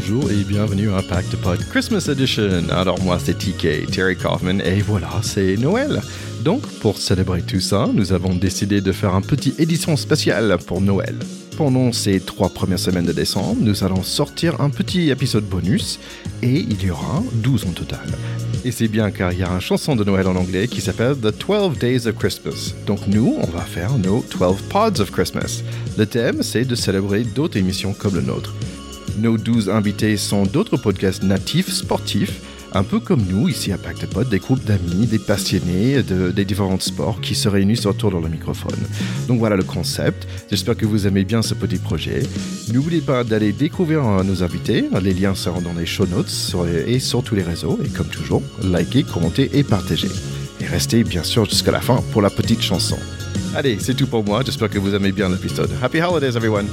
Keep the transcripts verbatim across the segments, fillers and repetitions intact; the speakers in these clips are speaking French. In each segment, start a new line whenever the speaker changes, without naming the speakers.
bonjour et bienvenue à Impact Pod Christmas Edition. Alors moi c'est T K, Terry Kaufman, et voilà, c'est Noël. Donc pour célébrer tout ça, nous avons décidé de faire une petite édition spéciale pour Noël. Pendant ces trois premières semaines de décembre, nous allons sortir un petit épisode bonus et il y aura douze en total. Et c'est bien car il y a une chanson de Noël en anglais qui s'appelle The twelve Days of Christmas. Donc nous, on va faire nos twelve Pods of Christmas. Le thème, c'est de célébrer d'autres émissions comme le nôtre. Nos douze invités sont d'autres podcasts natifs sportifs, un peu comme nous ici à Impact Pod, des groupes d'amis, des passionnés de, des différents sports qui se réunissent autour de le microphone. Donc voilà le concept. J'espère que vous aimez bien ce petit projet. N'oubliez pas d'aller découvrir nos invités. Les liens seront dans les show notes sur les, et sur tous les réseaux. Et comme toujours, likez, commentez et partagez. Et restez bien sûr jusqu'à la fin pour la petite chanson. Allez, c'est tout pour moi. J'espère que vous aimez bien l'épisode. Happy holidays, everyone!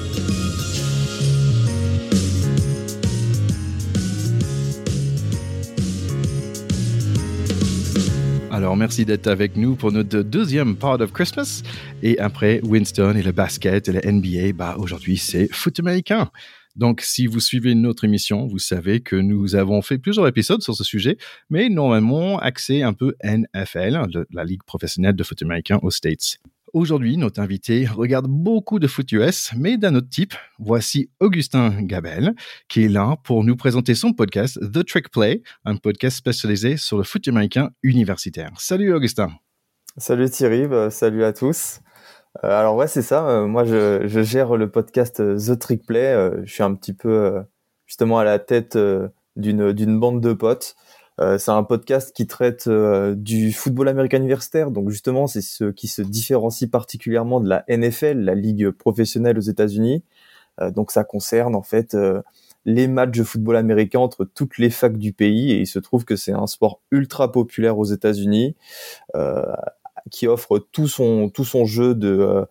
Alors, merci d'être avec nous pour notre deuxième Pod of Christmas. Et après Winston et le basket et le N B A, bah, aujourd'hui, c'est foot américain. Donc, si vous suivez notre émission, vous savez que nous avons fait plusieurs épisodes sur ce sujet, mais normalement axé un peu N F L, la Ligue professionnelle de foot américain aux States. Aujourd'hui, notre invité regarde beaucoup de foot U S, mais d'un autre type. Voici Augustin Gabel, qui est là pour nous présenter son podcast The Trick Play, un podcast spécialisé sur le foot américain universitaire. Salut Augustin.
Salut Thierry, bah, salut à tous. Euh, alors ouais, c'est ça. Euh, moi, je, je gère le podcast euh, The Trick Play. Euh, je suis un petit peu euh, justement à la tête euh, d'une d'une bande de potes. Euh, c'est un podcast qui traite euh, du football américain universitaire. Donc justement, c'est ce qui se différencie particulièrement de la N F L, la ligue professionnelle aux États-Unis. Euh, donc ça concerne en fait euh, les matchs de football américain entre toutes les facs du pays. Et il se trouve que c'est un sport ultra populaire aux États-Unis, euh, qui offre tout son tout son jeu de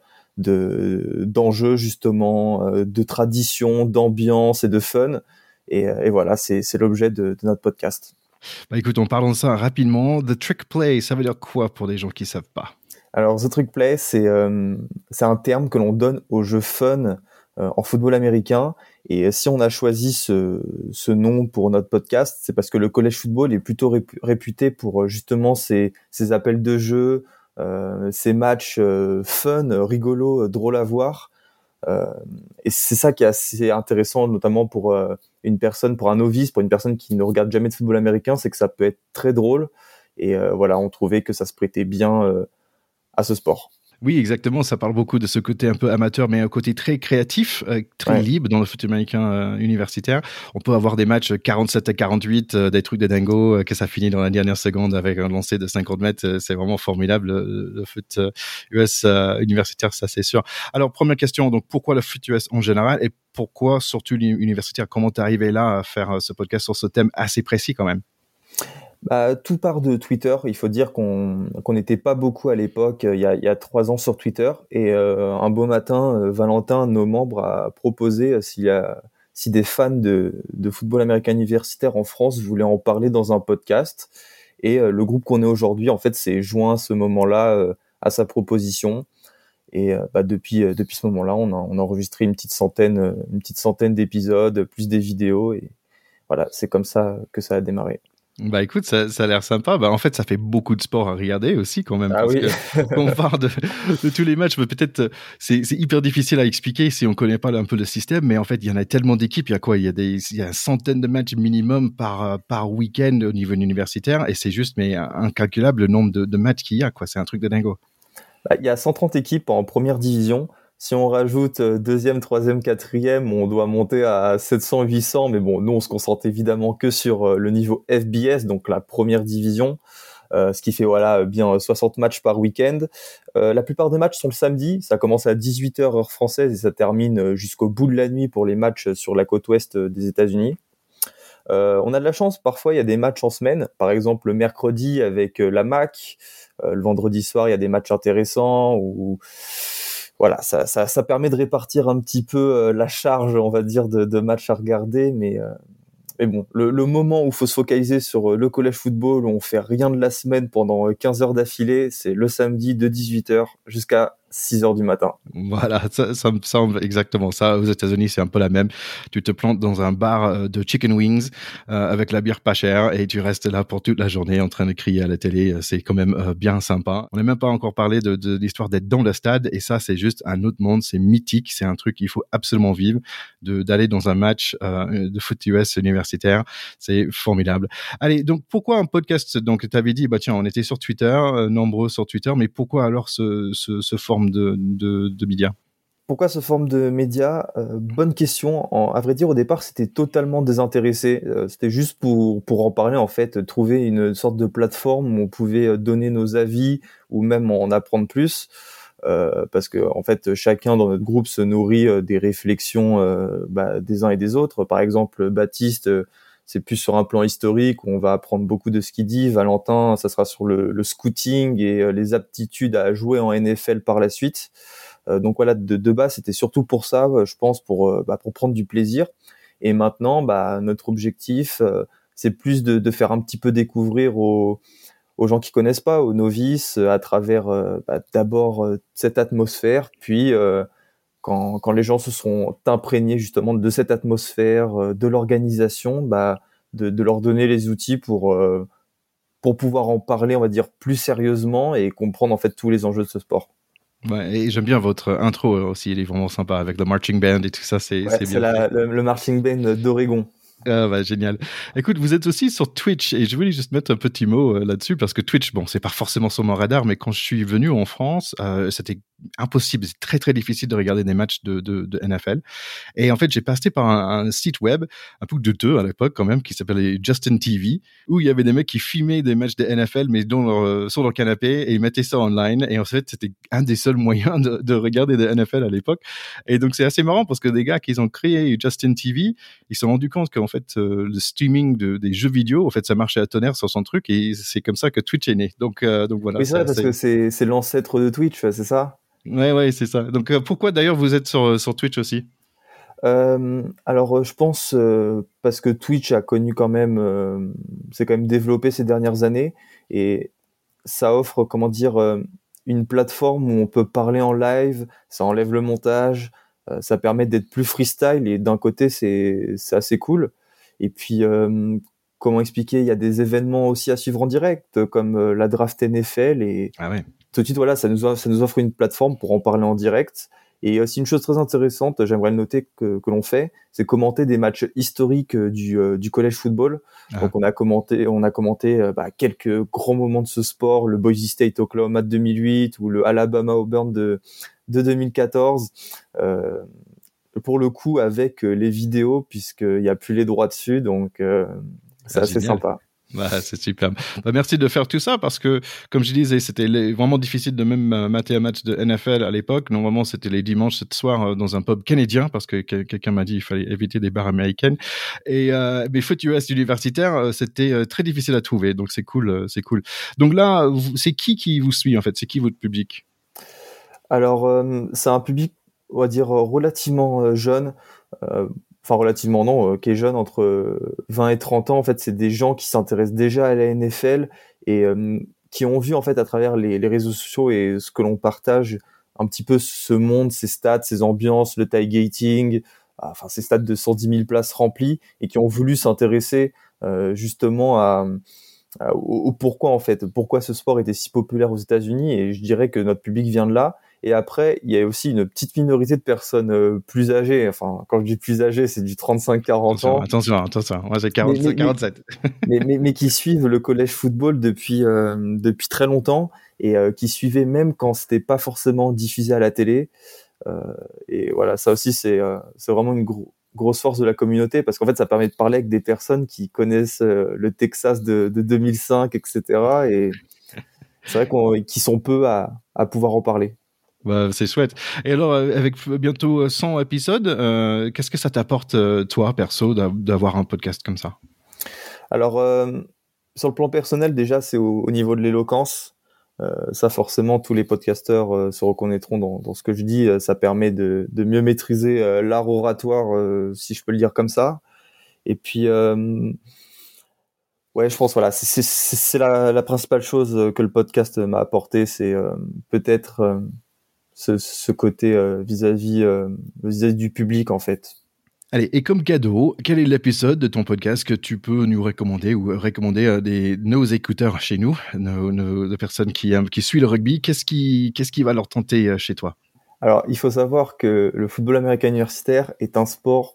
de d'enjeux justement, euh, de tradition, d'ambiance et de fun. Et, et voilà, c'est c'est l'objet de, de notre podcast.
Bah écoute, en parlant de ça rapidement, The Trick Play, ça veut dire quoi pour les gens qui ne savent pas?
Alors, The Trick Play, c'est, euh, c'est un terme que l'on donne aux jeux fun euh, en football américain. Et si on a choisi ce, ce nom pour notre podcast, c'est parce que le college football est plutôt répu- réputé pour justement ses, ses appels de jeu, euh, ses matchs euh, fun, rigolos, drôles à voir. Euh, et c'est ça qui est assez intéressant, notamment pour euh, une personne, pour un novice, pour une personne qui ne regarde jamais de football américain, c'est que ça peut être très drôle. Et euh, voilà, on trouvait que ça se prêtait bien euh, à ce sport.
Oui, exactement. Ça parle beaucoup de ce côté un peu amateur, mais un côté très créatif, euh, très ouais. libre dans le foot américain euh, universitaire. On peut avoir des matchs quarante-sept à quarante-huit, euh, des trucs de dingo, euh, que ça finit dans la dernière seconde avec un lancer de cinquante mètres. Euh, c'est vraiment formidable, le, le foot euh, U S euh, universitaire, ça c'est sûr. Alors, première question, donc pourquoi le foot U S en général et pourquoi surtout l'universitaire? Comment t'es arrivé là à faire euh, ce podcast sur ce thème assez précis quand même?
Bah, tout part de Twitter. Il faut dire qu'on qu'on n'était pas beaucoup à l'époque, il y a il y a trois ans sur Twitter. Et euh, un beau matin, euh, Valentin, nos membres, a proposé euh, s'il y a si des fans de de football américain universitaire en France voulaient en parler dans un podcast. Et euh, le groupe qu'on est aujourd'hui, en fait, s'est joint à ce moment-là euh, à sa proposition. Et euh, bah, depuis euh, depuis ce moment-là, on a on a enregistré une petite centaine euh, une petite centaine d'épisodes, plus des vidéos. Et voilà, c'est comme ça que ça a démarré.
Bah écoute, ça, ça a l'air sympa. Bah en fait, ça fait beaucoup de sport à regarder aussi quand même.
Ah
parce
oui.
que quand on parle de, de tous les matchs, mais peut-être c'est, c'est hyper difficile à expliquer si on connaît pas un peu le système. Mais en fait, il y en a tellement d'équipes. Il y a quoi? Il y a des, il y a une centaine de matchs minimum par par week-end au niveau universitaire, et c'est juste mais incalculable le nombre de, de matchs qu'il y a. Quoi, c'est un truc de dingo.
Bah, il y a cent trente équipes en première division. Si on rajoute deuxième, troisième, quatrième, on doit monter à sept cents, huit cents. Mais bon, nous, on se concentre évidemment que sur le niveau F B S, donc la première division, euh, ce qui fait voilà bien soixante matchs par week-end. Euh, la plupart des matchs sont le samedi. Ça commence à dix-huit heures heure française et ça termine jusqu'au bout de la nuit pour les matchs sur la côte ouest des États-Unis. Euh, on a de la chance, parfois il y a des matchs en semaine. Par exemple, le mercredi avec la M A C. Euh, le vendredi soir, il y a des matchs intéressants ou voilà, ça, ça, ça permet de répartir un petit peu euh, la charge, on va dire, de, de matchs à regarder. Mais, euh, mais bon, le, le moment où il faut se focaliser sur le college football, où on fait rien de la semaine pendant quinze heures d'affilée, c'est le samedi de dix-huit heures jusqu'à six heures du matin.
Voilà, ça, ça me semble exactement ça. Aux États-Unis, c'est un peu la même. Tu te plantes dans un bar de chicken wings euh, avec la bière pas chère et tu restes là pour toute la journée en train de crier à la télé. C'est quand même euh, bien sympa. On n'a même pas encore parlé de, de l'histoire d'être dans le stade et ça, c'est juste un autre monde. C'est mythique. C'est un truc qu'il faut absolument vivre, de d'aller dans un match euh, de foot U S universitaire. C'est formidable. Allez, donc pourquoi un podcast? Donc tu avais dit, bah tiens, on était sur Twitter, euh, nombreux sur Twitter, mais pourquoi alors ce, ce, ce forme de, de, de médias?
Pourquoi ce forme de médias? euh, Bonne question. En, à vrai dire, au départ, c'était totalement désintéressé. Euh, c'était juste pour pour en parler, en fait, trouver une sorte de plateforme où on pouvait donner nos avis ou même en apprendre plus. Euh, parce que en fait, chacun dans notre groupe se nourrit euh, des réflexions euh, bah, des uns et des autres. Par exemple, Baptiste, euh, c'est plus sur un plan historique où on va apprendre beaucoup de ce qu'il dit. Valentin, ça sera sur le, le scouting et euh, les aptitudes à jouer en N F L par la suite. Euh, donc voilà, de, de base, c'était surtout pour ça, je pense, pour euh, bah, pour prendre du plaisir. Et maintenant, bah, notre objectif, euh, c'est plus de, de faire un petit peu découvrir aux aux gens qui connaissent pas, aux novices, à travers euh, bah, d'abord euh, cette atmosphère, puis euh, quand, quand les gens se seront imprégnés justement de cette atmosphère, euh, de l'organisation, bah, de, de leur donner les outils pour euh, pour pouvoir en parler, on va dire, plus sérieusement et comprendre en fait tous les enjeux de ce sport.
Ouais, et j'aime bien votre intro aussi, il est vraiment sympa avec le marching band et tout ça, c'est,
Ouais,
c'est
c'est
bien fait.
la, le, le marching band d'Oregon.
Ah bah génial. Écoute, vous êtes aussi sur Twitch et je voulais juste mettre un petit mot euh, là-dessus parce que Twitch, bon, c'est pas forcément sur mon radar, mais quand je suis venu en France, euh, c'était impossible, c'est très très difficile de regarder des matchs de, de, de N F L. Et en fait, j'ai passé par un, un site web un peu douteux à l'époque quand même qui s'appelait Justin T V où il y avait des mecs qui filmaient des matchs de N F L mais dans leur, sur leur canapé et ils mettaient ça online. Et en fait, c'était un des seuls moyens de, de regarder des N F L à l'époque. Et donc c'est assez marrant parce que des gars qui ont créé Justin T V, ils se sont rendus compte qu'en fait euh, le streaming de, des jeux vidéo, en fait, ça marchait à tonnerre sur son truc et c'est comme ça que Twitch est né. Donc euh, donc voilà.
Oui, c'est vrai, parce
c'est...
que c'est, c'est l'ancêtre de Twitch, c'est ça?
Ouais ouais, c'est ça. Donc euh, pourquoi d'ailleurs vous êtes sur sur Twitch aussi?
Euh, alors, je pense euh, parce que Twitch a connu quand même, euh, s'est quand même développé ces dernières années et ça offre, comment dire, euh, une plateforme où on peut parler en live, ça enlève le montage, euh, ça permet d'être plus freestyle et d'un côté c'est c'est assez cool. Et puis euh, comment expliquer, il y a des événements aussi à suivre en direct comme euh, la draft N F L et
Ah ouais.
tout de suite voilà, ça nous offre, ça nous offre une plateforme pour en parler en direct. Et aussi une chose très intéressante, j'aimerais le noter que, que l'on fait, c'est commenter des matchs historiques du, euh, du college football.
Ah.
Donc on a commenté, on a commenté euh, bah, quelques grands moments de ce sport, le Boise State Oklahoma de deux mille huit ou le Alabama Auburn de, de deux mille quatorze. Euh, pour le coup avec les vidéos puisqu'il n'y a plus les droits dessus, donc euh, c'est
Ah,
assez
génial.
sympa.
Bah, c'est super. Bah, merci de faire tout ça parce que, comme je disais, c'était les, vraiment difficile de même euh, mater un match de N F L à l'époque. Normalement, c'était les dimanches, ce soir, euh, dans un pub canadien parce que que- quelqu'un m'a dit qu'il fallait éviter des bars américaines. Et euh, mais foot U S universitaire, euh, c'était euh, très difficile à trouver. Donc c'est cool, euh, c'est cool. Donc là, vous, c'est qui qui vous suit en fait? C'est qui votre public?
Alors euh, c'est un public, on va dire relativement euh, jeune. Euh, enfin relativement non, euh, qui est jeune, entre euh, vingt et trente ans. En fait, c'est des gens qui s'intéressent déjà à la N F L et euh, qui ont vu en fait à travers les, les réseaux sociaux et ce que l'on partage un petit peu ce monde, ces stats, ces ambiances, le tailgating, enfin ces stades de cent dix mille places remplies et qui ont voulu s'intéresser euh, justement à, à au, au pourquoi en fait, pourquoi ce sport était si populaire aux États-Unis. Et je dirais que notre public vient de là. Et après, il y a aussi une petite minorité de personnes euh, plus âgées. Enfin, quand je dis plus âgées, c'est du trente-cinq quarante
Attention,
ans.
attention, attention. Moi, j'ai
Mais,
quarante,
mais, mais,
quarante-sept.
mais, mais, mais qui suivent le collège football depuis, euh, depuis très longtemps et euh, qui suivaient même quand c'était pas forcément diffusé à la télé. Euh, et voilà, ça aussi, c'est, euh, c'est vraiment une gro- grosse force de la communauté parce qu'en fait, ça permet de parler avec des personnes qui connaissent euh, le Texas de, de deux mille cinq, et cetera. Et c'est vrai qu'on, qu'ils sont peu à, à pouvoir en parler.
Bah, c'est chouette. Et alors, euh, avec f- bientôt cent épisodes, euh, qu'est-ce que ça t'apporte, euh, toi, perso, d'a- d'avoir un podcast comme ça?
Alors, euh, sur le plan personnel, déjà, c'est au, au niveau de l'éloquence. Euh, ça, forcément, tous les podcasteurs euh, se reconnaîtront dans, dans ce que je dis. Euh, ça permet de, de mieux maîtriser euh, l'art oratoire, euh, si je peux le dire comme ça. Et puis, euh, ouais, je pense, voilà, c'est, c'est, c'est c'est la, la principale chose que le podcast m'a apporté. C'est euh, peut-être... euh, ce, ce côté euh, vis-à-vis, euh, vis-à-vis du public en fait.
Allez, et comme cadeau, quel est l'épisode de ton podcast que tu peux nous recommander ou recommander à des, nos écouteurs chez nous, nos, nos, nos personnes qui, qui suivent le rugby? Qu'est-ce qui, qu'est-ce qui va leur tenter chez toi?
Alors, il faut savoir que le football américain universitaire est un sport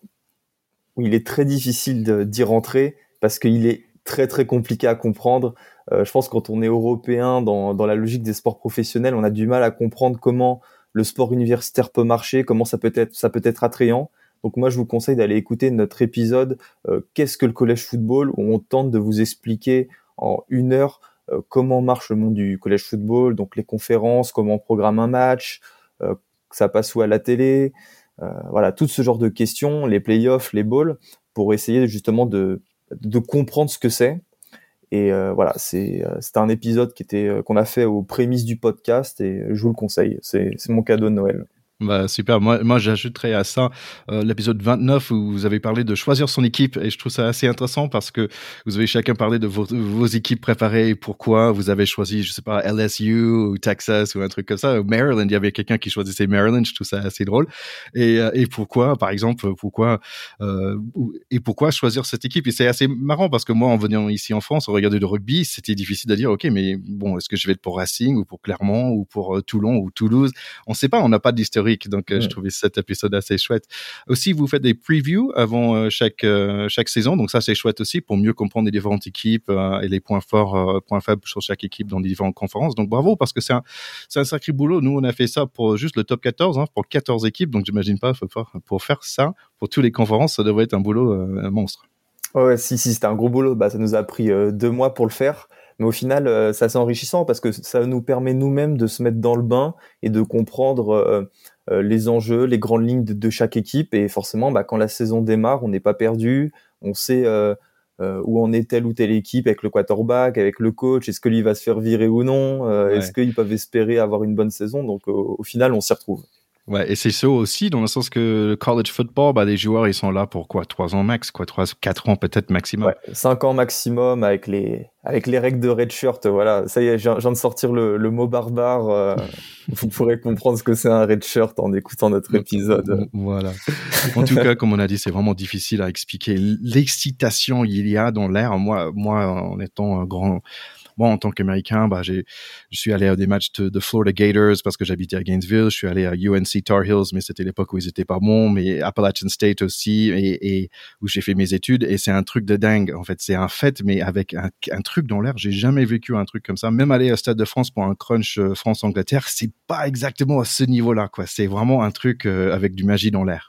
où il est très difficile de, d'y rentrer parce qu'il est très très compliqué à comprendre. Euh, je pense que quand on est européen dans, dans la logique des sports professionnels, on a du mal à comprendre comment le sport universitaire peut marcher, comment ça peut être, ça peut être attrayant. Donc moi, je vous conseille d'aller écouter notre épisode euh, « Qu'est-ce que le collège football ?» où on tente de vous expliquer en une heure euh, comment marche le monde du collège football, donc les conférences, comment on programme un match, euh, ça passe où à la télé, euh, voilà, tout ce genre de questions, les playoffs, les bowls, pour essayer justement de, de comprendre ce que c'est. Et euh, voilà, c'est, c'était un épisode qui était, qu'on a fait aux prémices du podcast et je vous le conseille, c'est, c'est mon cadeau de Noël.
Bah, super. Moi, moi, j'ajouterais à ça euh, l'épisode vingt-neuf où vous avez parlé de choisir son équipe et je trouve ça assez intéressant parce que vous avez chacun parlé de vos, vos équipes préférées et pourquoi vous avez choisi, je sais pas, L S U ou Texas ou un truc comme ça. Maryland, il y avait quelqu'un qui choisissait Maryland. Je trouve ça assez drôle. Et, et pourquoi, par exemple, pourquoi euh, et pourquoi choisir cette équipe? Et c'est assez marrant parce que moi, en venant ici en France, en regardant le rugby, c'était difficile de dire, ok, mais bon, est-ce que je vais être pour Racing ou pour Clermont ou pour euh, Toulon ou Toulouse? On sait pas. On n'a pas d'historique. Donc, euh, ouais. Je trouvais cet épisode assez chouette. Aussi, vous faites des previews avant euh, chaque euh, chaque saison. Donc, ça, c'est chouette aussi pour mieux comprendre les différentes équipes euh, et les points forts, euh, points faibles sur chaque équipe dans les différentes conférences. Donc, bravo parce que c'est un c'est un sacré boulot. Nous, on a fait ça pour juste le top quatorze, hein, pour quatorze équipes. Donc, j'imagine pas pour faire ça pour toutes les conférences, ça devrait être un boulot euh, un monstre.
Ouais, si si, c'était un gros boulot. Bah, ça nous a pris euh, deux mois pour le faire. Mais au final, euh, c'est assez enrichissant parce que ça nous permet nous-mêmes de se mettre dans le bain et de comprendre euh, euh, les enjeux, les grandes lignes de, de chaque équipe. Et forcément, bah, quand la saison démarre, on n'est pas perdu. On sait euh, euh, où en est telle ou telle équipe avec le quarterback, avec le coach. Est-ce que lui va se faire virer ou non euh, ouais. Est-ce qu'ils peuvent espérer avoir une bonne saison? Donc, euh, au final, on s'y retrouve.
Ouais, et c'est ça aussi, dans le sens que le college football, bah, les joueurs, ils sont là pour quoi? Trois ans max, quoi? Trois, quatre ans peut-être maximum.
Ouais, cinq ans maximum avec les, avec les règles de redshirt. Voilà. Ça y est, je viens de sortir le, le mot barbare. Euh, vous pourrez comprendre ce que c'est un redshirt en écoutant notre épisode.
Voilà. En tout cas, comme on a dit, c'est vraiment difficile à expliquer l'excitation qu'il y a dans l'air. Moi, moi, en étant un grand, moi, en tant qu'Américain, bah, j'ai, je suis allé à des matchs de, de Florida Gators parce que j'habitais à Gainesville. Je suis allé à U N C Tar Heels, mais c'était l'époque où ils étaient pas bons, mais Appalachian State aussi, et, et où j'ai fait mes études. Et c'est un truc de dingue. En fait, c'est un fait, mais avec un, un truc dans l'air. J'ai jamais vécu un truc comme ça. Même aller au Stade de France pour un crunch France-Angleterre, c'est pas exactement à ce niveau-là, quoi. C'est vraiment un truc euh, avec du magie dans l'air.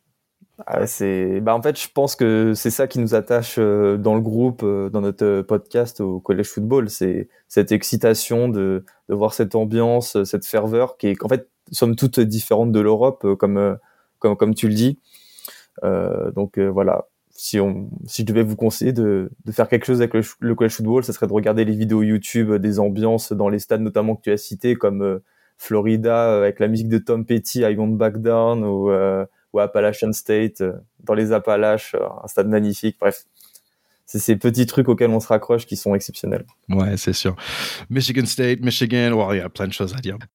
Ah, c'est, bah en fait, je pense que c'est ça qui nous attache euh, dans le groupe, euh, dans notre podcast au Collège Football, c'est cette excitation de, de voir cette ambiance, cette ferveur qui est, qu'en fait, somme toute différente de l'Europe, euh, comme, euh, comme, comme tu le dis. Euh, donc euh, voilà, si on, si je devais vous conseiller de, de faire quelque chose avec le, le Collège Football, ça serait de regarder les vidéos YouTube des ambiances dans les stades notamment que tu as cités, comme euh, Florida euh, avec la musique de Tom Petty, I Won't Back Down, ou euh, ou Appalachian State, euh, dans les Appalaches, euh, un stade magnifique. Bref, c'est ces petits trucs auxquels on se raccroche qui sont exceptionnels.
Ouais, c'est sûr. Michigan State, Michigan, oh, il y a plein de choses à dire.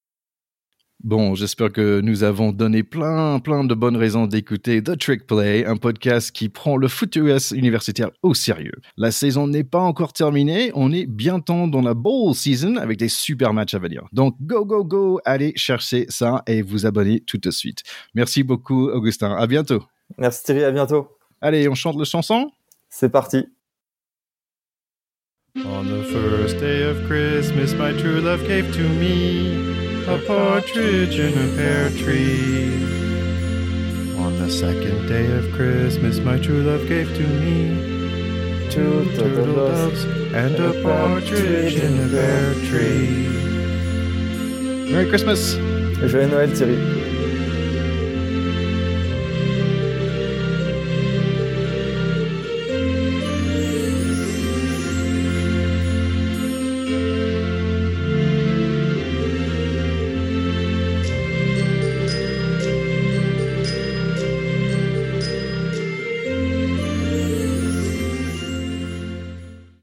Bon, j'espère que nous avons donné plein, plein de bonnes raisons d'écouter The Trick Play, un podcast qui prend le foot U S universitaire au sérieux. La saison n'est pas encore terminée, on est bientôt dans la bowl season avec des super matchs à venir. Donc, go, go, go, allez chercher ça et vous abonnez tout de suite. Merci beaucoup, Augustin. À bientôt.
Merci Thierry, à bientôt.
Allez, on chante la chanson?
C'est parti.
On the first day of Christmas, my true love gave to me a partridge in a pear tree. On the second day of Christmas, my true love gave to me two turtle doves and a partridge in a pear tree. Merry Christmas!
Joyeux Noël, Thierry.